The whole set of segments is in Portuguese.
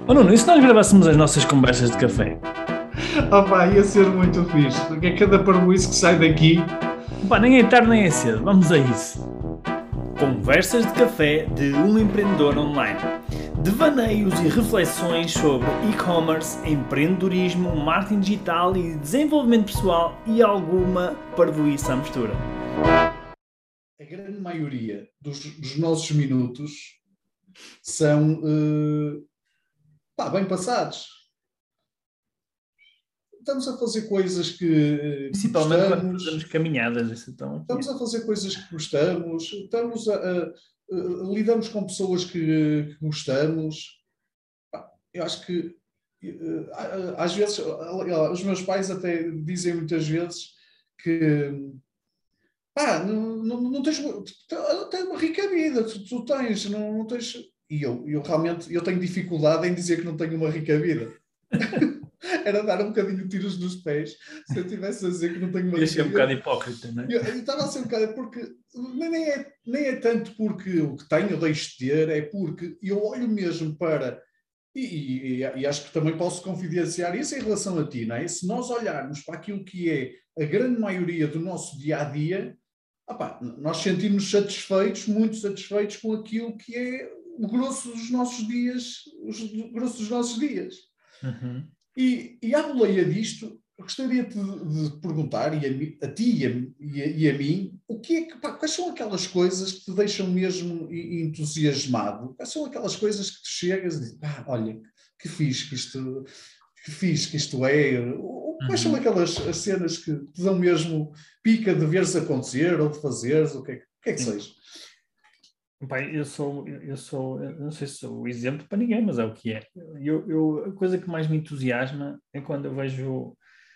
Oh Nuno, e se nós gravássemos as nossas conversas de café? Pá, ia ser muito fixe, porque é cada parboice que sai daqui. Pá, nem é tarde nem é cedo, vamos a isso. Conversas de café de um empreendedor online. Devaneios e reflexões sobre e-commerce, empreendedorismo, marketing digital e desenvolvimento pessoal e alguma parvoíce à mistura. A grande maioria dos nossos minutos são bem passados. Estamos a fazer coisas que Principalmente quando fazemos gostamos, caminhadas, isso então aqui. estamos a fazer coisas que gostamos, lidamos com pessoas que gostamos. Eu acho que às vezes os meus pais até dizem muitas vezes que não tens, tens uma rica vida, tu tens, não tens. E eu realmente eu tenho dificuldade em dizer que não tenho uma rica vida. Era dar um bocadinho de tiros nos pés se eu estivesse a dizer que não tenho uma Ia rica ser um vida. bocado hipócrita, não é? Eu estava a ser um bocado, porque nem é tanto porque o que tenho eu deixo de ter, é porque eu olho mesmo para. E acho que também posso confidenciar isso em relação a ti, não é? Se nós olharmos para aquilo que é a grande maioria do nosso dia a dia, nós sentimos satisfeitos, muito satisfeitos com aquilo que é o grosso dos nossos dias, o grosso dos nossos dias. Uhum. E à boleia disto, eu gostaria de perguntar, a ti e a mim, quais são aquelas coisas que te deixam mesmo entusiasmado? Quais são aquelas coisas que tu chegas e dizes, olha, que fixe que isto é? Quais são Uhum. aquelas as cenas que te dão mesmo pica de veres acontecer ou de fazeres, o que é que Sim. seja? Pai, eu não sei se sou o exemplo para ninguém, mas é o que é. A coisa que mais me entusiasma é quando eu vejo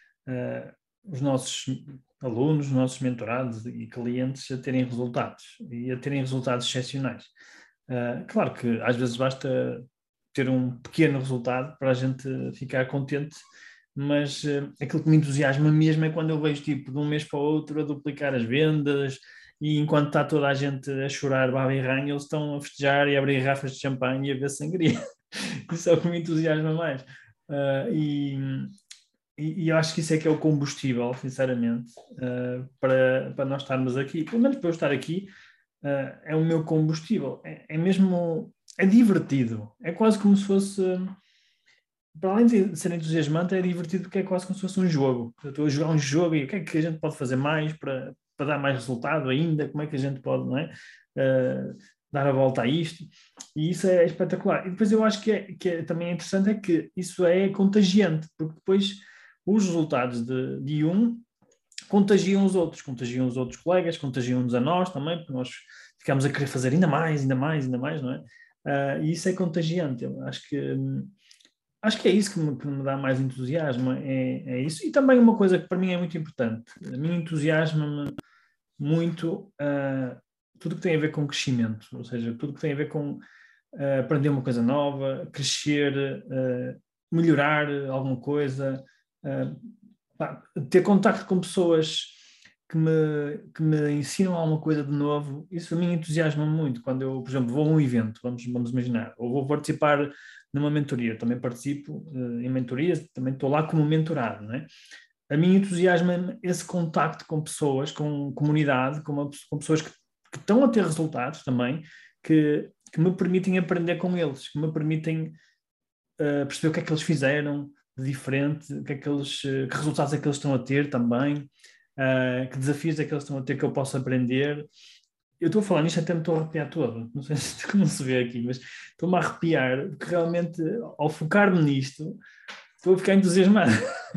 os nossos alunos, os nossos mentorados e clientes a terem resultados e a terem resultados excepcionais. Claro que às vezes basta ter um pequeno resultado para a gente ficar contente, mas aquilo que me entusiasma mesmo é quando eu vejo tipo de um mês para o outro a duplicar as vendas e enquanto está toda a gente a chorar baba e ranho, eles estão a festejar e a abrir garrafas de champanhe e a ver sangria. Isso é o que me entusiasma mais. Uh, e, e eu acho que isso é que é o combustível, sinceramente, para nós estarmos aqui. Pelo menos para eu estar aqui, é o meu combustível. É mesmo, é divertido. É quase como se fosse, para além de ser entusiasmante, é divertido porque é quase como se fosse um jogo. Eu estou a jogar um jogo e o que é que a gente pode fazer mais para dar mais resultado ainda? Como é que a gente pode, não é? Dar a volta a isto. E isso é espetacular. E depois eu acho também interessante é que isso é contagiante, porque depois os resultados de um contagiam os outros colegas, contagiam-nos a nós também, porque nós ficamos a querer fazer ainda mais, ainda mais, ainda mais, não é? E isso é contagiante. Eu acho que é isso que me dá mais entusiasmo, é isso. E também uma coisa que para mim é muito importante, a mim entusiasma-me muito tudo que tem a ver com crescimento, ou seja, tudo que tem a ver com aprender uma coisa nova, crescer, melhorar alguma coisa, ter contacto com pessoas que me ensinam alguma coisa de novo, isso a mim entusiasma muito. Quando eu, por exemplo, vou a um evento, vamos imaginar, ou vou participar numa mentoria, eu também participo em mentorias, também estou lá como mentorado, não é? A mim entusiasma esse contacto com pessoas, com comunidade, com pessoas que estão a ter resultados também, que me permitem aprender com eles, que me permitem perceber o que é que eles fizeram de diferente, que resultados é que eles estão a ter também, que desafios é que eles estão a ter que eu posso aprender. Eu estou a falar nisto até me estou a arrepiar todo, não sei como se vê aqui, mas estou-me a arrepiar, porque realmente ao focar-me nisto, estou a ficar entusiasmado.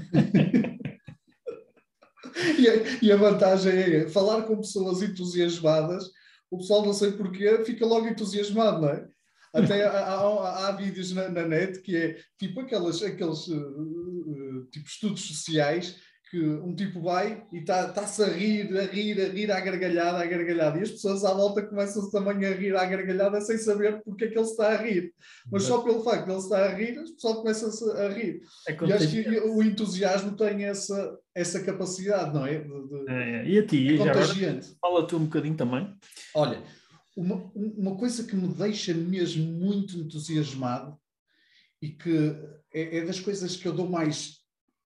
E a vantagem é falar com pessoas entusiasmadas, o pessoal não sei porquê, fica logo entusiasmado, não é? Até há vídeos na net que é tipo aqueles tipo estudos sociais que um tipo vai e está-se a rir, a rir, a rir à gargalhada, à gargalhada. E as pessoas à volta começam-se também a rir à gargalhada sem saber porque é que ele está a rir. Mas só pelo facto de ele estar a rir, as pessoas começam a rir. É E acho que contagiante. o entusiasmo tem essa capacidade, não é? E a É ti, já agora, contagiante. fala tu um bocadinho também. Olha, uma coisa que me deixa mesmo muito entusiasmado e que é das coisas que eu dou mais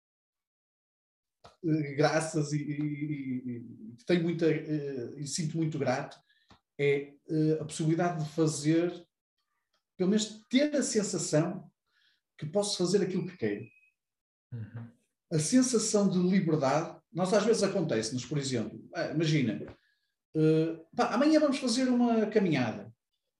graças e tenho muita e sinto muito grato, é a possibilidade de fazer, pelo menos ter a sensação que posso fazer aquilo que quero. Uhum. A sensação de liberdade, nós às vezes acontece-nos, por exemplo, imagina, amanhã vamos fazer uma caminhada.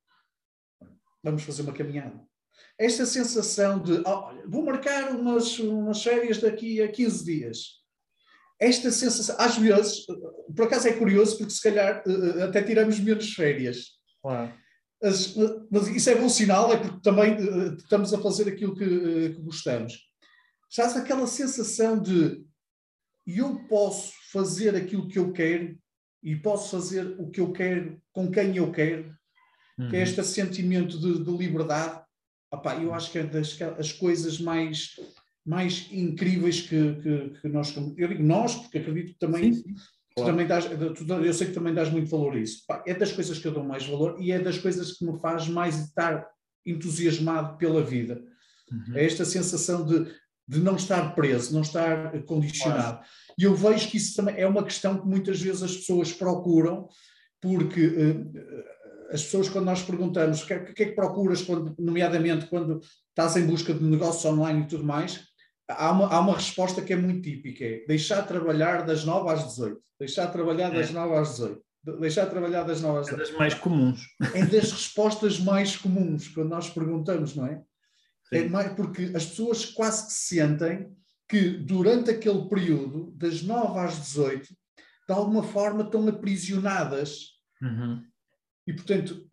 Vamos fazer uma caminhada. Esta sensação de, vou marcar umas férias daqui a 15 dias. Esta sensação, às vezes, por acaso é curioso, porque se calhar até tiramos menos férias. Claro. Mas isso é bom sinal, é porque também estamos a fazer aquilo que gostamos. Já aquela sensação de eu posso fazer aquilo que eu quero e posso fazer o que eu quero com quem eu quero, que é este sentimento de liberdade. Eu acho que é das coisas mais incríveis que nós... Eu digo nós, porque acredito que também... Sim. Claro. Eu sei que também dás muito valor a isso. É das coisas que eu dou mais valor e é das coisas que me faz mais estar entusiasmado pela vida. É esta sensação de não estar preso, não estar condicionado. Claro. E eu vejo que isso também é uma questão que muitas vezes as pessoas procuram, porque as pessoas, quando nós perguntamos o que é que procuras, nomeadamente quando estás em busca de negócios online e tudo mais, há uma resposta que é muito típica, é deixar de trabalhar das 9 às 18. Deixar de trabalhar das 9 às 18. Deixar de trabalhar das 9 às 18. É das mais comuns. É das respostas mais comuns, quando nós perguntamos, não é? É mais porque as pessoas quase que sentem que durante aquele período, das 9 às 18, de alguma forma estão aprisionadas. E, portanto,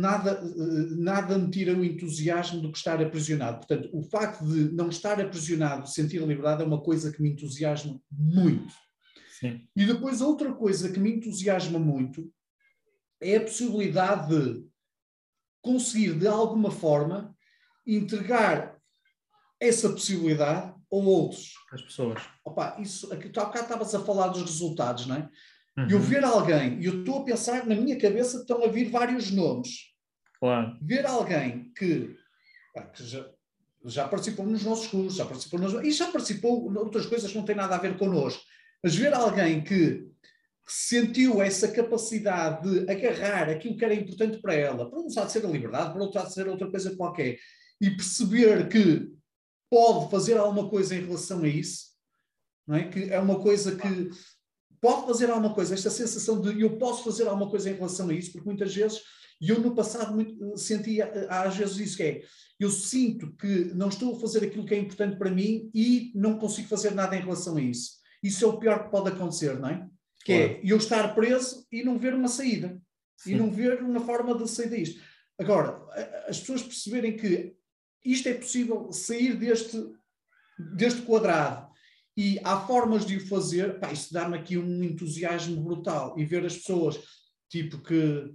nada me tira o entusiasmo do que estar aprisionado. Portanto, o facto de não estar aprisionado, sentir a liberdade, é uma coisa que me entusiasma muito. Sim. E depois, outra coisa que me entusiasma muito é a possibilidade de conseguir, de alguma forma, entregar essa possibilidade a outros. As pessoas. Isso, aqui, tu há bocado estavas a falar dos resultados, não é? Eu ver alguém, e eu estou a pensar, na minha cabeça estão a vir vários nomes. Claro. Ver alguém que já participou nos nossos cursos, já participou em outras coisas que não têm nada a ver connosco, mas ver alguém que sentiu essa capacidade de agarrar aquilo que era importante para ela, para um lado ser a liberdade, para outro lado ser outra coisa qualquer, e perceber que pode fazer alguma coisa em relação a isso, não é? Que é uma coisa que pode fazer alguma coisa, esta sensação de eu posso fazer alguma coisa em relação a isso, porque muitas vezes, e eu no passado sentia às vezes isso, que é, eu sinto que não estou a fazer aquilo que é importante para mim e não consigo fazer nada em relação a isso. Isso é o pior que pode acontecer, não é? Que é eu estar preso e não ver uma saída. Sim. E não ver uma forma de sair disto. Agora, as pessoas perceberem que isto é possível sair deste quadrado, e há formas de o fazer, isso dá-me aqui um entusiasmo brutal. E ver as pessoas, tipo, que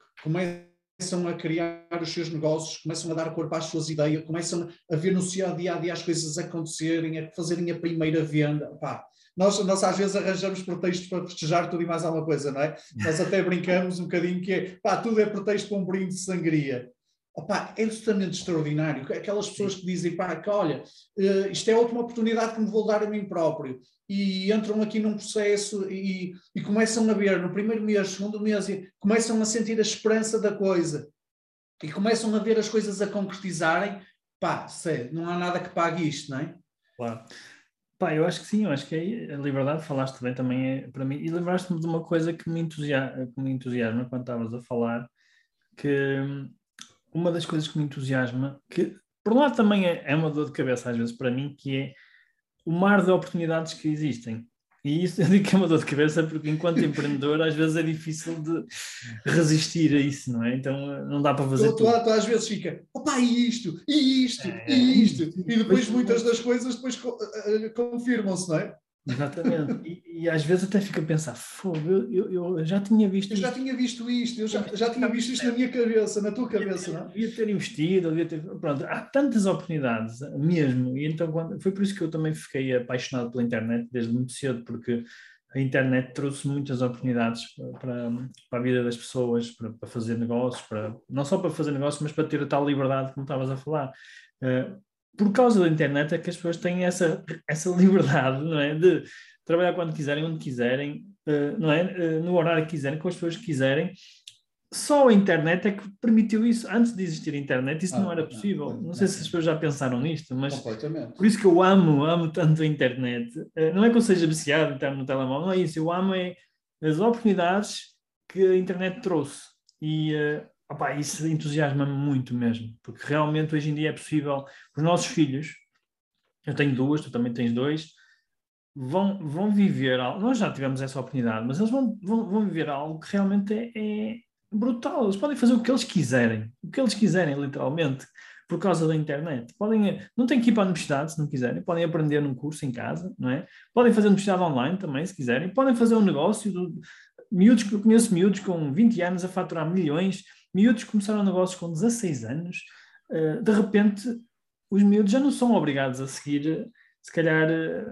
começam a criar os seus negócios, começam a dar corpo às suas ideias, começam a ver no seu dia a dia as coisas acontecerem, a fazerem a primeira venda. Nós às vezes arranjamos pretextos para festejar tudo e mais alguma coisa, não é? Nós até brincamos um bocadinho que é, tudo é pretexto para um brinde de sangria. É absolutamente extraordinário. Aquelas pessoas que dizem, que olha, isto é outra oportunidade que me vou dar a mim próprio. E entram aqui num processo e começam a ver, no primeiro mês, segundo mês, começam a sentir a esperança da coisa. E começam a ver as coisas a concretizarem. Não há nada que pague isto, não é? Claro. Eu acho que sim, eu acho que a liberdade, falaste bem, também é para mim. E lembraste-me de uma coisa que me entusiasma quando estavas a falar, que uma das coisas que me entusiasma, que por um lado também é uma dor de cabeça às vezes para mim, que é o mar de oportunidades que existem. E isso eu digo que é uma dor de cabeça porque enquanto empreendedor às vezes é difícil de resistir a isso, não é? Então não dá para fazer tudo. Tu às vezes fica, e isto, e isto, e isto. E depois muitas das coisas depois confirmam-se, não é? Exatamente. E às vezes até fico a pensar, eu já tinha visto isto. Eu já tinha visto isto, eu já tinha visto isto na minha cabeça, na tua cabeça, não é? Devia ter investido, pronto, há tantas oportunidades mesmo, e então foi por isso que eu também fiquei apaixonado pela internet desde muito cedo, porque a internet trouxe muitas oportunidades para a vida das pessoas, para fazer negócios, não só para fazer negócios, mas para ter a tal liberdade como estavas a falar. por causa da internet é que as pessoas têm essa liberdade, não é? De trabalhar quando quiserem, onde quiserem, não é? No horário que quiserem, com as pessoas que quiserem. Só a internet é que permitiu isso. Antes de existir a internet, isso não era possível. Não sei se as pessoas já pensaram nisto, mas completamente. por isso que eu amo tanto a internet. Não é que eu seja viciado em estar no telemóvel, não é isso. Eu amo as oportunidades que a internet trouxe. E opá, isso entusiasma-me muito mesmo, porque realmente hoje em dia é possível. Os nossos filhos, eu tenho duas, tu também tens dois, vão viver algo. Nós já tivemos essa oportunidade, mas eles vão viver algo que realmente é brutal. Eles podem fazer o que eles quiserem, literalmente, por causa da internet. Não têm que ir para a universidade se não quiserem, podem aprender num curso em casa, não é? Podem fazer universidade online também, se quiserem, podem fazer um negócio. Miúdos, eu conheço miúdos com 20 anos a faturar milhões, miúdos que começaram negócios com 16 anos. De repente, os miúdos já não são obrigados a seguir se calhar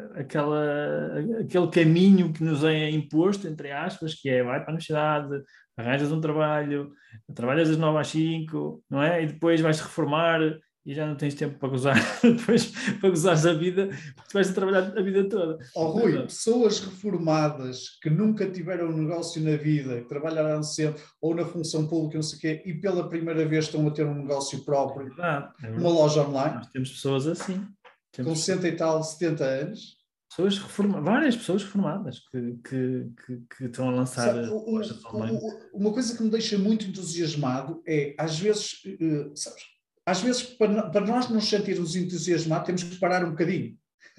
aquele caminho que nos é imposto, entre aspas, que é vai para a universidade, arranjas um trabalho, trabalhas das 9 às 5, não é? E depois vais-te reformar e já não tens tempo para gozar, depois para gozares a vida, porque tu vais a trabalhar a vida toda. Rui, pessoas reformadas que nunca tiveram um negócio na vida, que trabalharam sempre ou na função pública, não sei o quê, e pela primeira vez estão a ter um negócio próprio, É verdade. uma loja online. Nós temos pessoas assim. Com 60 e tal, 70 anos. Várias pessoas reformadas que estão a lançar lojas online. Uma coisa que me deixa muito entusiasmado é, às vezes, sabes, às vezes para nós nos sentirmos entusiasmados, temos que parar um bocadinho.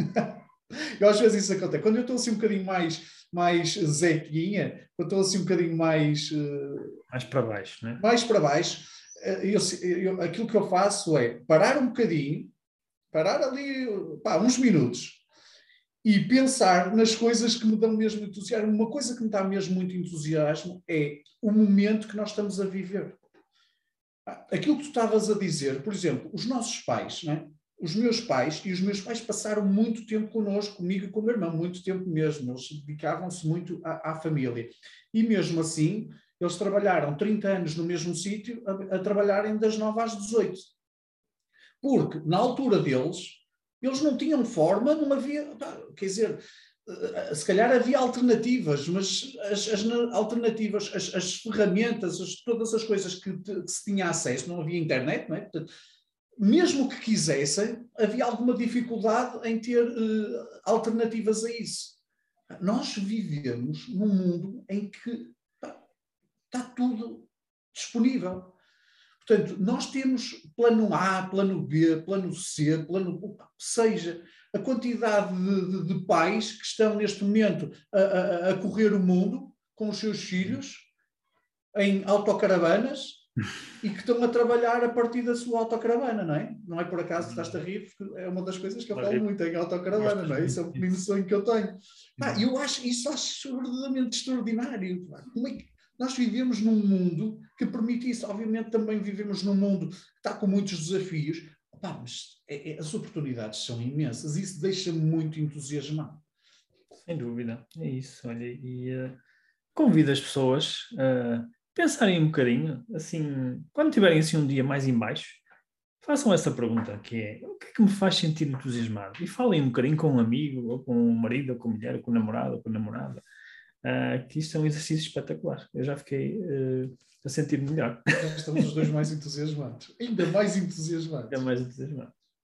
Eu às vezes isso acontece. Quando eu estou assim um bocadinho mais zequinha, quando estou assim um bocadinho mais para baixo, né? Mais para baixo, aquilo que eu faço é parar um bocadinho, parar ali uns minutos e pensar nas coisas que me dão mesmo entusiasmo. Uma coisa que me dá mesmo muito entusiasmo é o momento que nós estamos a viver. Aquilo que tu estavas a dizer, por exemplo, os nossos pais, não é? Os meus pais passaram muito tempo connosco, comigo e com o meu irmão, muito tempo mesmo. Eles dedicavam-se muito à família. E mesmo assim, eles trabalharam 30 anos no mesmo sítio, a trabalharem das 9 às 18. Porque, na altura deles, eles não tinham forma, não havia... Quer dizer, se calhar havia alternativas, mas as alternativas, as ferramentas, todas as coisas que se tinha acesso, não havia internet, não é? Portanto, mesmo que quisessem, havia alguma dificuldade em ter alternativas a isso. Nós vivemos num mundo em que está tudo disponível. Portanto, nós temos plano A, plano B, plano C, plano... Seja, a quantidade de pais que estão neste momento a correr o mundo com os seus filhos em autocaravanas e que estão a trabalhar a partir da sua autocaravana, não é? Não é por acaso que estás a rir, porque é uma das coisas que eu falo muito, em autocaravana, não é? Isso é um pequenino sonho que eu tenho. Eu acho verdadeiramente extraordinário. Como é que nós vivemos num mundo que permite isso? Obviamente também vivemos num mundo que está com muitos desafios, mas as oportunidades são imensas. Isso deixa-me muito entusiasmado. Sem dúvida, é isso. Olha, e convido as pessoas a pensarem um bocadinho, assim, quando tiverem assim um dia mais em baixo, façam essa pergunta, que é, o que é que me faz sentir entusiasmado? E falem um bocadinho com um amigo, ou com um marido, ou com mulher, ou com namorado, ou com namorada, que isto é um exercício espetacular. Eu já fiquei a sentir melhor. Já estamos os dois mais entusiasmados. Ainda mais entusiasmados. Ainda mais entusiasmado.